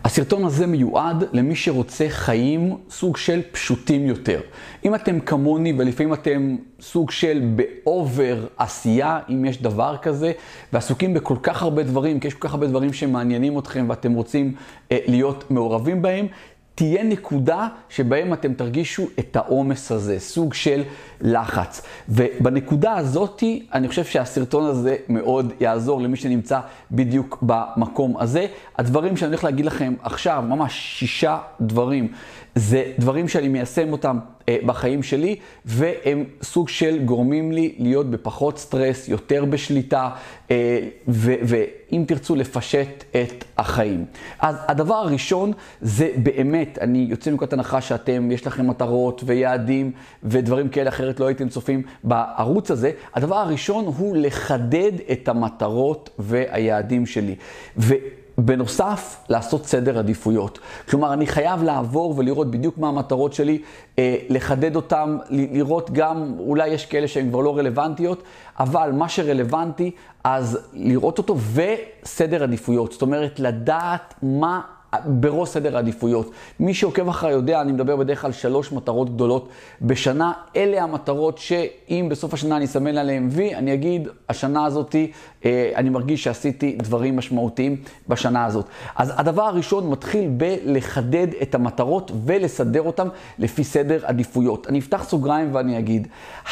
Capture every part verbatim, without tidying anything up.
הסרטון הזה מיועד למי שרוצה חיים סוג של פשוטים יותר. אם אתם כמוני ולפעמים אתם סוג של באובר עשייה, אם יש דבר כזה, ועסוקים בכל כך הרבה דברים, כי יש כל כך הרבה דברים שמעניינים אתכם ואתם רוצים אה, להיות מעורבים בהם, תהיה נקודה שבהם אתם תרגישו את העומס הזה, סוג של לחץ. ובנקודה הזאת, אני חושב שהסרטון הזה מאוד יעזור למי שנמצא בדיוק במקום הזה. הדברים שאני הולך להגיד לכם עכשיו, ממש שישה דברים, זה דברים שאני מיישם אותם אה, בחיים שלי, והם סוג של גורמים לי להיות בפחות סטרס, יותר בשליטה, אה, ו- ואם תרצו לפשט את החיים. אז הדבר הראשון זה באמת, אני יוצא מנקודת הנחה שאתם, יש לכם מטרות ויעדים ודברים כאלה, אחרת לא הייתם צופים בערוץ הזה. הדבר הראשון הוא לחדד את המטרות והיעדים שלי. ו... בנוסף, לעשות סדר עדיפויות. כלומר, אני חייב לעבור ולראות בדיוק מה המטרות שלי, אה, לחדד אותם, לראות גם, אולי יש כאלה שהן כבר לא רלוונטיות, אבל מה שרלוונטי, אז לראות אותו וסדר עדיפויות. זאת אומרת, לדעת מה בראש סדר העדיפויות. מי שעוקב אחרי יודע, אני מדבר בדרך כלל שלוש מטרות גדולות בשנה. אלה המטרות שאם בסוף השנה אני אסמן עליהם וי, אני אגיד, השנה הזאת, אה, אני מרגיש שעשיתי דברים משמעותיים בשנה הזאת. אז הדבר הראשון מתחיל בלחדד את המטרות ולסדר אותם לפי סדר עדיפויות. אני אפתח סוגריים ואני אגיד,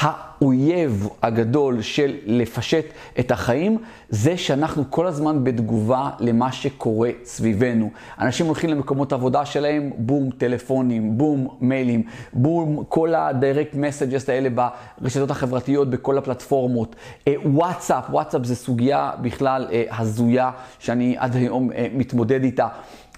האויב הגדול של לפשט את החיים, זה שאנחנו כל הזמן בתגובה למה שקורה סביבנו. אנשים הולכים למקומות עבודה שלהם, בום טלפונים, בום מיילים, בום כל ה-direct messages האלה ברשתות החברתיות, בכל הפלטפורמות. וואטסאפ, וואטסאפ זה סוגיה בכלל הזויה שאני עד היום מתמודד איתה.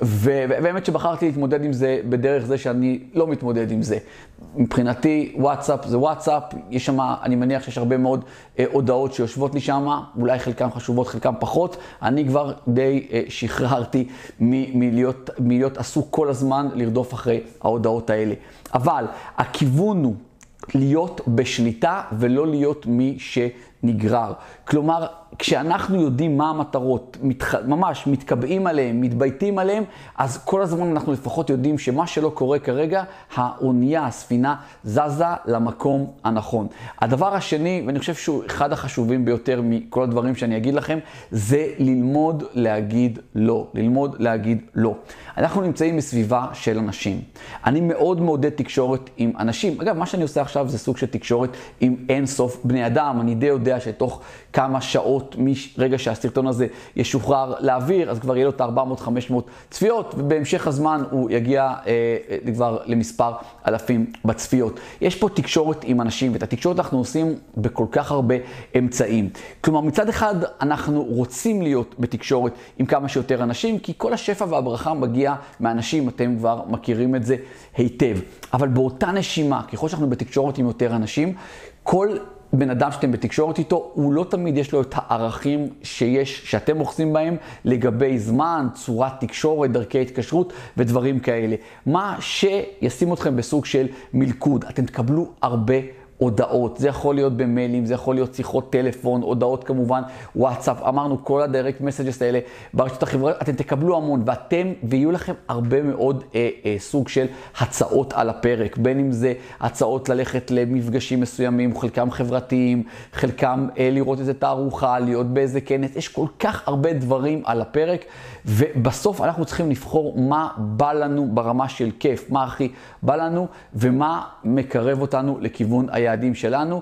ובאמת שבחרתי להתמודד עם זה בדרך זה שאני לא מתמודד עם זה. מבחינתי וואטסאפ זה וואטסאפ, יש שם, אני מניח שיש הרבה מאוד אה, הודעות שיושבות לי שם, אולי חלקם חשובות, חלקם פחות. אני כבר די אה, שחררתי מ- מלהיות, מלהיות עסוק כל הזמן לרדוף אחרי ההודעות האלה. אבל הכיוון הוא להיות בשליטה ולא להיות מי שנגרר. כלומר, כשאנחנו יודעים מה המטרות, מתח... ממש מתקבעים עליהם, מתבייתים עליהם, אז כל הזמן אנחנו לפחות יודעים שמה שלא קורה כרגע, האונייה, הספינה, זזה למקום הנכון. הדבר השני, ואני חושב שהוא אחד החשובים ביותר מכל הדברים שאני אגיד לכם, זה ללמוד להגיד לא. ללמוד להגיד לא. אנחנו נמצאים בסביבה של אנשים. אני מאוד מעודד תקשורת עם אנשים. אגב, מה שאני עושה עכשיו זה סוג של תקשורת עם אין סוף בני אדם. אני די יודע שתוך כמה שעות מרגע שהסרטון הזה ישוחרר לאוויר, אז כבר יהיה לו את ארבע מאות חמש מאות צפיות, ובהמשך הזמן הוא יגיע אה, כבר למספר אלפים בצפיות. יש פה תקשורת עם אנשים, ואת התקשורת אנחנו עושים בכל כך הרבה אמצעים. כלומר, מצד אחד אנחנו רוצים להיות בתקשורת עם כמה שיותר אנשים, כי כל השפע והברכה מגיע מאנשים, אתם כבר מכירים את זה היטב. אבל באותה נשימה, ככל שאנחנו בתקשורת עם יותר אנשים, כל בן אדם שאתם בתקשורת איתו, הוא לא תמיד יש לו את הערכים שיש, שאתם מוחסים בהם לגבי זמן, צורת תקשורת, דרכי התקשרות ודברים כאלה. מה שישים אתכם בסוג של מלכוד. אתם תקבלו הרבה הודעות, זה יכול להיות במיילים, זה יכול להיות שיחות טלפון, הודעות כמובן, וואטסאפ, אמרנו כל הדיירקט מסג'ס האלה ברשתות החברתיות, אתם תקבלו המון, ואתם, ויהיו לכם הרבה מאוד אה, אה, סוג של הצעות על הפרק, בין אם זה הצעות ללכת למפגשים מסוימים, חלקם חברתיים, חלקם אה, לראות איזה תערוכה, להיות באיזה כנס, יש כל כך הרבה דברים על הפרק, ובסוף אנחנו צריכים לבחור מה בא לנו ברמה של כיף, מה הכי בא לנו, ומה מקרב אותנו לכיוון היעדים שלנו,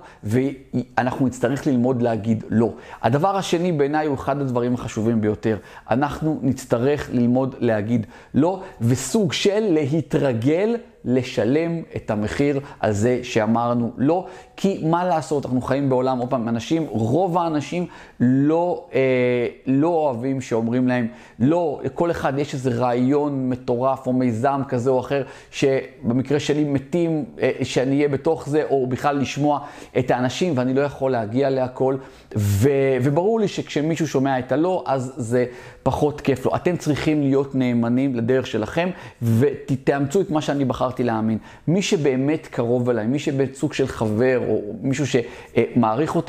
ואנחנו נצטרך ללמוד להגיד לא. הדבר השני בעיניי הוא אחד הדברים החשובים ביותר. אנחנו נצטרך ללמוד להגיד לא, וסוג של להתרגל לשלם את המחיר על זה שאמרנו לא, כי מה לעשות, אנחנו חיים בעולם, עוד פעם, אנשים, רוב האנשים לא, אה, לא אוהבים שאומרים להם לא, לכל אחד יש איזה רעיון מטורף או מיזם כזה או אחר, שבמקרה שלי מתים אה, שאני אהיה בתוך זה, או בכלל לשמוע את האנשים, ואני לא יכול להגיע להכל, ו, וברור לי שכשמישהו שומע את הלא, אז זה פחות כיף לו. אתם צריכים להיות נאמנים לדרך שלכם, ותתאמצו את מה שאני בחרתי להאמין. מי שבאמת קרוב אליי, מי שבסוג של חבר, או מישהו שמעריך אותי,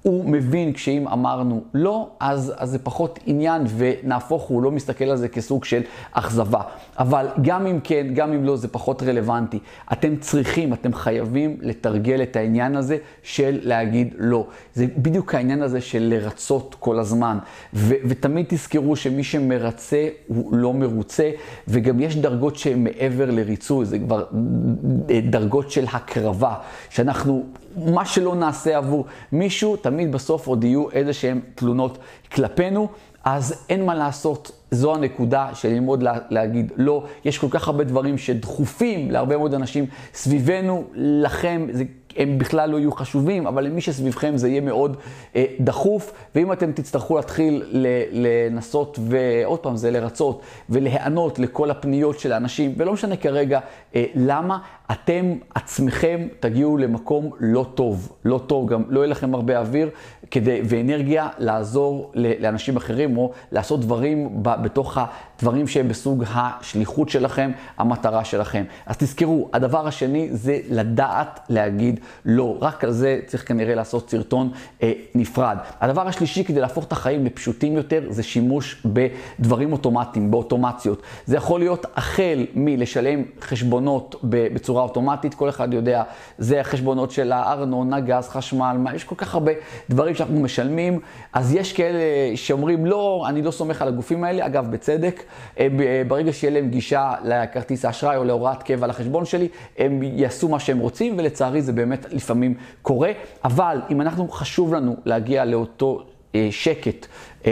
הוא מבין כשאם אמרנו לא, אז, אז זה פחות עניין, ונהפוך הוא לא מסתכל על זה כסוג של אכזבה. אבל גם אם כן, גם אם לא, זה פחות רלוונטי. אתם צריכים, אתם חייבים לתרגל את העניין הזה של להגיד לא. זה בדיוק העניין הזה של לרצות כל הזמן. ו- ותמיד תזכרו שמי שמרצה הוא לא מרוצה, וגם יש דרגות שהן מעבר לריצוי, זה כבר דרגות של הקרבה, שאנחנו, מה שלא נעשה עבור מישהו, תמיד בסוף עוד יהיו איזה שהן תלונות כלפינו, אז אין מה לעשות, זו הנקודה של ללמוד לה, להגיד לא. יש כל כך הרבה דברים שדחופים להרבה מאוד אנשים סביבנו, לכם זה, הם בכלל לא יהיו חשובים, אבל למי שסביבכם זה יהיה מאוד אה, דחוף, ואם אתם תצטרכו להתחיל לנסות, ועוד פעם זה לרצות ולהיענות לכל הפניות של האנשים, ולא משנה כרגע אה, למה, אתם עצמכם תגיעו למקום לא טוב, לא טוב, גם לא יהיה לכם הרבה אוויר כדי, ואנרגיה לעזור לאנשים אחרים, או לעשות דברים בתוך הדברים שהם בסוג השליחות שלכם, המטרה שלכם. אז תזכרו, הדבר השני זה לדעת להגיד לא. רק על זה צריך כנראה לעשות סרטון אה, נפרד. הדבר השלישי, כדי להפוך את החיים לפשוטים יותר, זה שימוש בדברים אוטומטיים, באוטומציות. זה יכול להיות החל מלשלם חשבונות בצורה אוטומטית, כל אחד יודע, זה החשבונות של הארנונה, גז, חשמל, מה, יש כל כך הרבה דברים שאנחנו משלמים, אז יש כאלה שאומרים, לא, אני לא סומך על הגופים האלה, אגב, בצדק, ברגע שיהיה להם גישה לכרטיס האשראי או להוראת קבע לחשבון שלי, הם יעשו מה שהם רוצים, ולצערי זה באמת לפעמים קורה, אבל אם אנחנו חשוב לנו להגיע לאותו שקט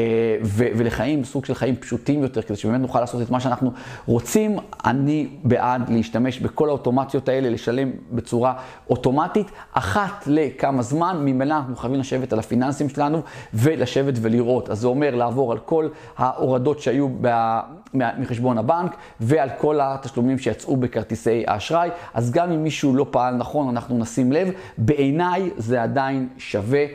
ולחיים, סוג של חיים פשוטים יותר, כדי שבאמת נוכל לעשות את מה שאנחנו רוצים, אני בעד להשתמש בכל האוטומציות האלה, לשלם בצורה אוטומטית, אחת לכמה זמן, ממילא אנחנו חייבים לשבת על הפיננסים שלנו, ולשבת ולראות. אז זה אומר לעבור על כל ההורדות שהיו מחשבון הבנק, ועל כל התשלומים שיצאו בכרטיסי האשראי. אז גם אם מישהו לא פעל נכון, אנחנו נשים לב, בעיניי זה עדיין שווה,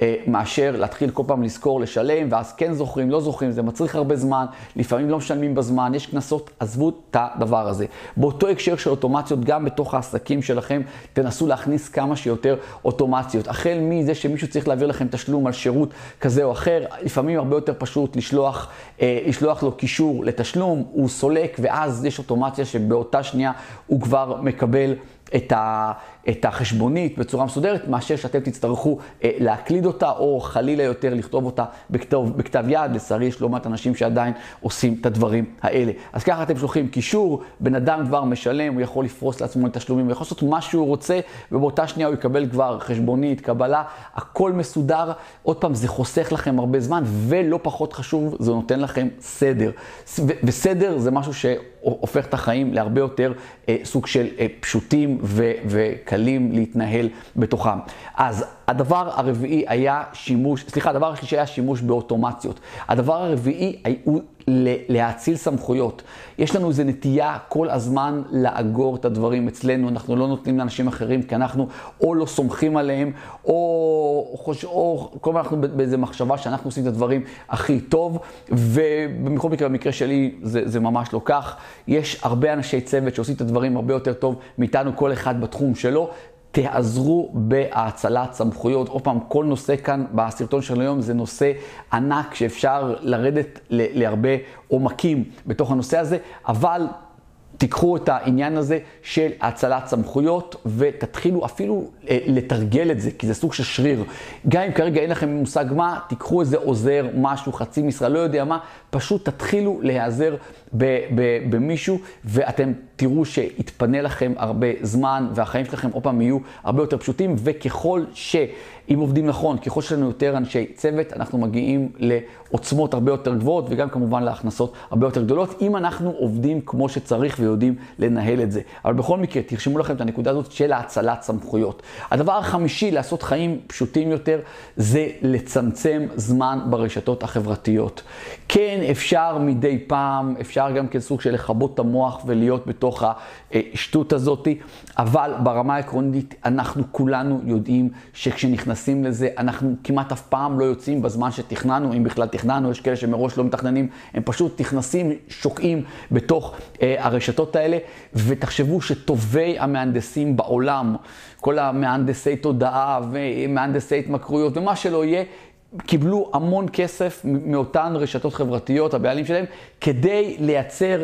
מאשר להתחיל כל פעם לזכור, לשלם, ואז כן זוכרים, לא זוכרים, זה מצריך הרבה זמן, לפעמים לא משלמים בזמן, יש כנסות, עזבו את הדבר הזה. באותו הקשר של אוטומציות, גם בתוך העסקים שלכם, תנסו להכניס כמה שיותר אוטומציות. החל מזה שמישהו צריך להעביר לכם תשלום על שירות כזה או אחר, לפעמים הרבה יותר פשוט לשלוח, אה, לשלוח לו קישור לתשלום, הוא סולק, ואז יש אוטומציה שבאותה שנייה הוא כבר מקבל את, ה, את החשבונית בצורה מסודרת, מאשר שאתם תצטרכו אה, להקליד אותה, או חלילה יותר לכתוב אותה בכתב, בכתב יד. לצערי יש לא מעט אנשים שעדיין עושים את הדברים האלה. אז ככה אתם שולחים קישור, בן אדם כבר משלם, הוא יכול לפרוס לעצמו לתשלומים, הוא יכול לעשות מה שהוא רוצה, ובאותה שנייה הוא יקבל כבר חשבונית, קבלה, הכל מסודר. עוד פעם, זה חוסך לכם הרבה זמן, ולא פחות חשוב, זה נותן לכם סדר. ו- וסדר זה משהו ש... הופך את החיים להרבה יותר אה, סוג של אה, פשוטים ו- וקלים להתנהל בתוכם. אז הדבר הרביעי היה שימוש, סליחה, הדבר השלישי היה שימוש באוטומציות. הדבר הרביעי הוא להאציל סמכויות. יש לנו איזו נטייה כל הזמן לאגור את הדברים אצלנו, אנחנו לא נותנים לאנשים אחרים, כי אנחנו או לא סומכים עליהם, או, חוש, או כל הזמן אנחנו באיזו מחשבה שאנחנו עושים את הדברים הכי טוב, ובכל מקרה, במקרה שלי, זה, זה ממש לא כך. יש הרבה אנשי צוות שעושים את הדברים הרבה יותר טוב מאיתנו, כל אחד בתחום שלו. תעזרו בהאצלת סמכויות. עוד פעם, כל נושא כאן בסרטון של היום זה נושא ענק שאפשר לרדת להרבה עומקים בתוך הנושא הזה, אבל תיקחו את העניין הזה של האצלת סמכויות ותתחילו אפילו לתרגל את זה, כי זה סוג של שריר. גם אם כרגע אין לכם מושג מה, תיקחו איזה עוזר, משהו, חצי משרה, לא יודע מה, פשוט תתחילו להיעזר במישהו, ואתם תראו שיתפנה לכם הרבה זמן, והחיים שלכם עוד פעם יהיו הרבה יותר פשוטים, וככל שאם עובדים נכון, ככל שלנו יותר אנשי צוות, אנחנו מגיעים לעוצמות הרבה יותר גבוהות, וגם כמובן להכנסות הרבה יותר גדולות, אם אנחנו עובדים כמו שצריך ויודעים לנהל את זה. אבל בכל מקרה, תרשמו לכם את הנקודה הזאת של האצלת סמכויות. הדבר החמישי, לעשות חיים פשוטים יותר, זה לצמצם זמן ברשתות החברתיות. כן, אפשר מדי פעם, אפשר גם כסוג של לחבות את המוח ולהיות בתוך השטות הזאת, אבל ברמה העקרונית אנחנו כולנו יודעים שכשנכנסים נכנסים לזה, אנחנו כמעט אף פעם לא יוצאים בזמן שתכננו, אם בכלל תכננו, יש כאלה שמראש לא מתכננים, הם פשוט נכנסים, שוקעים בתוך אה, הרשתות האלה, ותחשבו שטובי המהנדסים בעולם, כל המהנדסי תודעה ומהנדסי התמכרויות ומה שלא יהיה, קיבלו המון כסף מאותן רשתות חברתיות, הבעלים שלהם, כדי לייצר,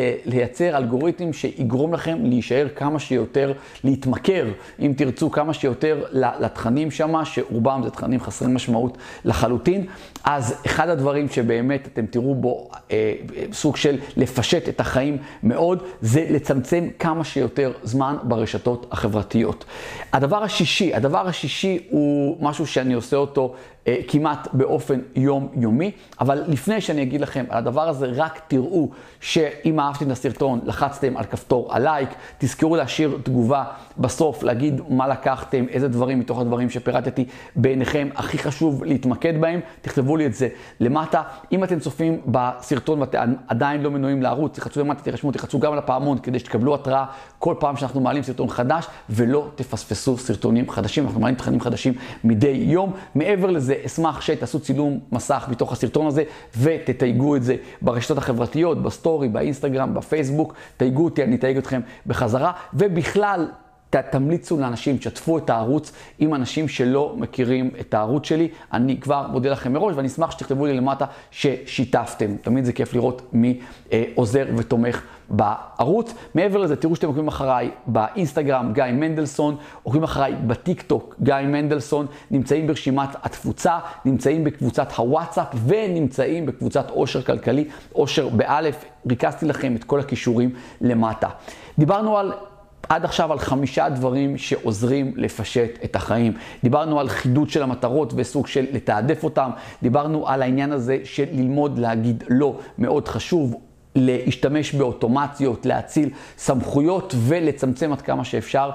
לייצר אלגוריתם שיגרום לכם להישאר כמה שיותר, להתמכר, אם תרצו, כמה שיותר לתכנים שמה, שרובם זה תכנים חסרי משמעות לחלוטין. אז אחד הדברים שבאמת אתם תראו בו אה, סוג של לפשט את החיים מאוד, זה לצמצם כמה שיותר זמן ברשתות החברתיות. הדבר השישי, הדבר השישי הוא משהו שאני עושה אותו אה, כמעט באופן יומיומי, אבל לפני שאני אגיד לכם על הדבר הזה, רק תראו שאם אהבתם את הסרטון, לחצתם על כפתור הלייק, תזכרו להשאיר תגובה בסוף, להגיד מה לקחתם, איזה דברים מתוך הדברים שפירטתי בעיניכם הכי חשוב להתמקד בהם, תכתבו לי את זה למטה. אם אתם צופים בסרטון ואתם עדיין לא מנויים לערוץ, תחצו למטה, תרשמו, תחצו גם על הפעמון כדי שתקבלו התראה כל פעם שאנחנו מעלים סרטון חדש, ולא תפספסו סרטונים חדשים. אנחנו מעלים תכנים חדשים מדי יום. מעבר לזה, אשמח שתעשו צילום מסך מתוך הסרטון הזה ותתייגו את זה ברשתות החברתיות, בסטורי, באינסטגרם, בפייסבוק. תייגו אותי, אני אתייג אתכם בחזרה, ובכלל תמליצו לאנשים, תשתפו את הערוץ עם אנשים שלא מכירים את הערוץ שלי. אני כבר מודה לכם מראש, ואני אשמח שתכתבו לי למטה ששיתפתם. תמיד זה כיף לראות מי אה, עוזר ותומך בערוץ. מעבר לזה, תראו שאתם עוקבים אחריי באינסטגרם, גיא מנדלסון, עוקבים אחריי בטיק טוק, גיא מנדלסון, נמצאים ברשימת התפוצה, נמצאים בקבוצת הוואטסאפ, ונמצאים בקבוצת עושר כלכלי, עושר באלף. ריכזתי לכם את כל הכישורים למטה. דיברנו על עד עכשיו על חמישה דברים שעוזרים לפשט את החיים. דיברנו על חידוד של המטרות וסוג של לתעדף אותם. דיברנו על העניין הזה של ללמוד להגיד לא, מאוד חשוב. להשתמש באוטומציות, להציל סמכויות ולצמצם עד כמה שאפשר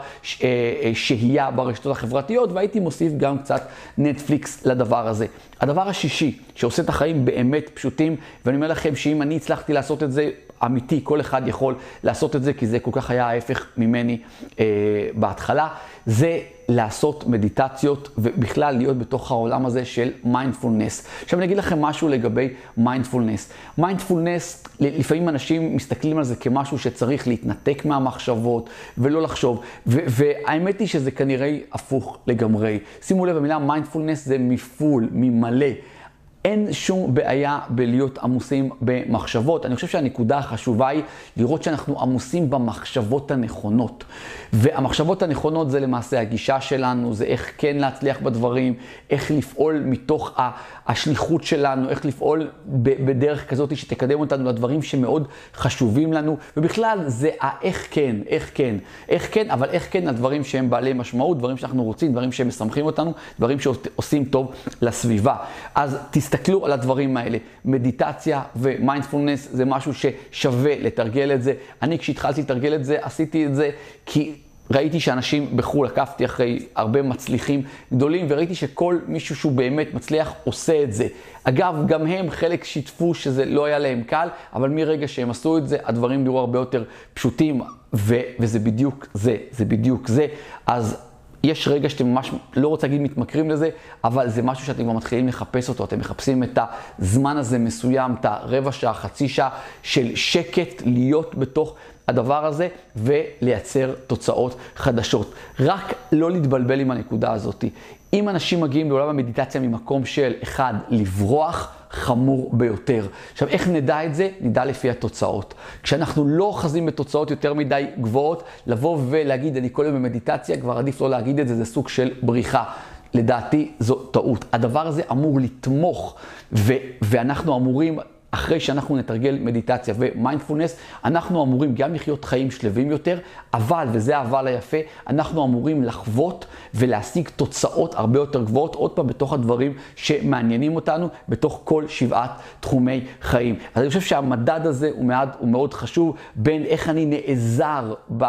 שהייה ברשתות החברתיות, והייתי מוסיף גם קצת נטפליקס לדבר הזה. הדבר השישי שעושה את החיים באמת פשוטים, ואני אומר לכם שאם אני הצלחתי לעשות את זה אמיתי, כל אחד יכול לעשות את זה, כי זה כל כך היה ההפך ממני אה, בהתחלה, זה לעשות מדיטציות ובכלל להיות בתוך העולם הזה של מיינדפולנס. עכשיו אני אגיד לכם משהו לגבי מיינדפולנס. מיינדפולנס, לפעמים אנשים מסתכלים על זה כמשהו שצריך להתנתק מהמחשבות ולא לחשוב, והאמת היא שזה כנראה הפוך לגמרי. שימו לב, המילה מיינדפולנס זה מפול, ממלא. אין שום בעיה בלהיות עמוסים במחשבות. אני חושב שהנקודה החשובה היא לראות שאנחנו עמוסים במחשבות הנכונות. והמחשבות הנכונות זה למעשה הגישה שלנו, זה איך כן להצליח בדברים, איך לפעול מתוך השליחות שלנו, איך לפעול בדרך כזאת שתקדם אותנו לדברים שמאוד חשובים לנו. ובכלל זה האיך כן, איך כן, איך כן, אבל איך כן לדברים שהם בעלי משמעות, דברים שאנחנו רוצים, דברים שהם משמחים אותנו, דברים שעושים טוב לסביבה. אז תסתכלו תסתכלו על הדברים האלה. מדיטציה ומיינדפולנס זה משהו ששווה לתרגל את זה. אני כשהתחלתי לתרגל את זה, עשיתי את זה כי ראיתי שאנשים בחו"ל, עקבתי אחרי הרבה מצליחים גדולים, וראיתי שכל מישהו שהוא באמת מצליח עושה את זה. אגב, גם הם חלק שיתפו שזה לא היה להם קל, אבל מרגע שהם עשו את זה, הדברים נראו הרבה יותר פשוטים, ו- וזה בדיוק זה, זה בדיוק זה. אז יש רגע שאתם ממש, לא רוצה להגיד מתמכרים לזה, אבל זה משהו שאתם כבר מתחילים לחפש אותו. אתם מחפשים את הזמן הזה מסוים, את הרבע שעה, חצי שעה של שקט, להיות בתוך הדבר הזה ולייצר תוצאות חדשות. רק לא להתבלבל עם הנקודה הזאת. אם אנשים מגיעים לעולם המדיטציה ממקום של אחד, לברוח, חמור ביותר. עכשיו, איך נדע את זה? נדע לפי התוצאות. כשאנחנו לא אוחזים בתוצאות יותר מדי גבוהות, לבוא ולהגיד, אני כל יום במדיטציה, כבר עדיף לא להגיד את זה, זה סוג של בריחה. לדעתי, זו טעות. הדבר הזה אמור לתמוך, ו- ואנחנו אמורים, אחרי שאנחנו נתרגל מדיטציה ומיינדפולנס, אנחנו אמורים גם לחיות חיים שלווים יותר, אבל, וזה האבל היפה, אנחנו אמורים לחוות ולהשיג תוצאות הרבה יותר גבוהות, עוד פעם בתוך הדברים שמעניינים אותנו, בתוך כל שבעת תחומי חיים. אז אני חושב שהמדד הזה הוא מאוד, הוא מאוד חשוב, בין איך אני נעזר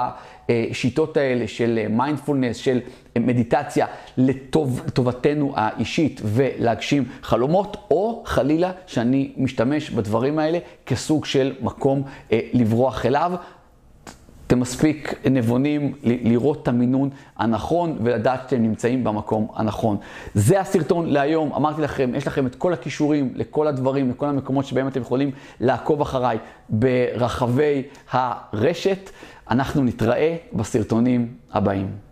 בשיטות האלה של מיינדפולנס, של מדיטציה לטוב, לטובתנו האישית ולהגשים חלומות, או חלילה שאני משתמש בדברים האלה כסוג של מקום אה, לברוח אליו. אתם מספיק נבונים לראות את המינון הנכון ולדעת שאתם נמצאים במקום הנכון. זה הסרטון להיום. אמרתי לכם, יש לכם את כל הכישורים לכל הדברים, לכל המקומות שבהם אתם יכולים לעקוב אחריי ברחבי הרשת. אנחנו נתראה בסרטונים הבאים.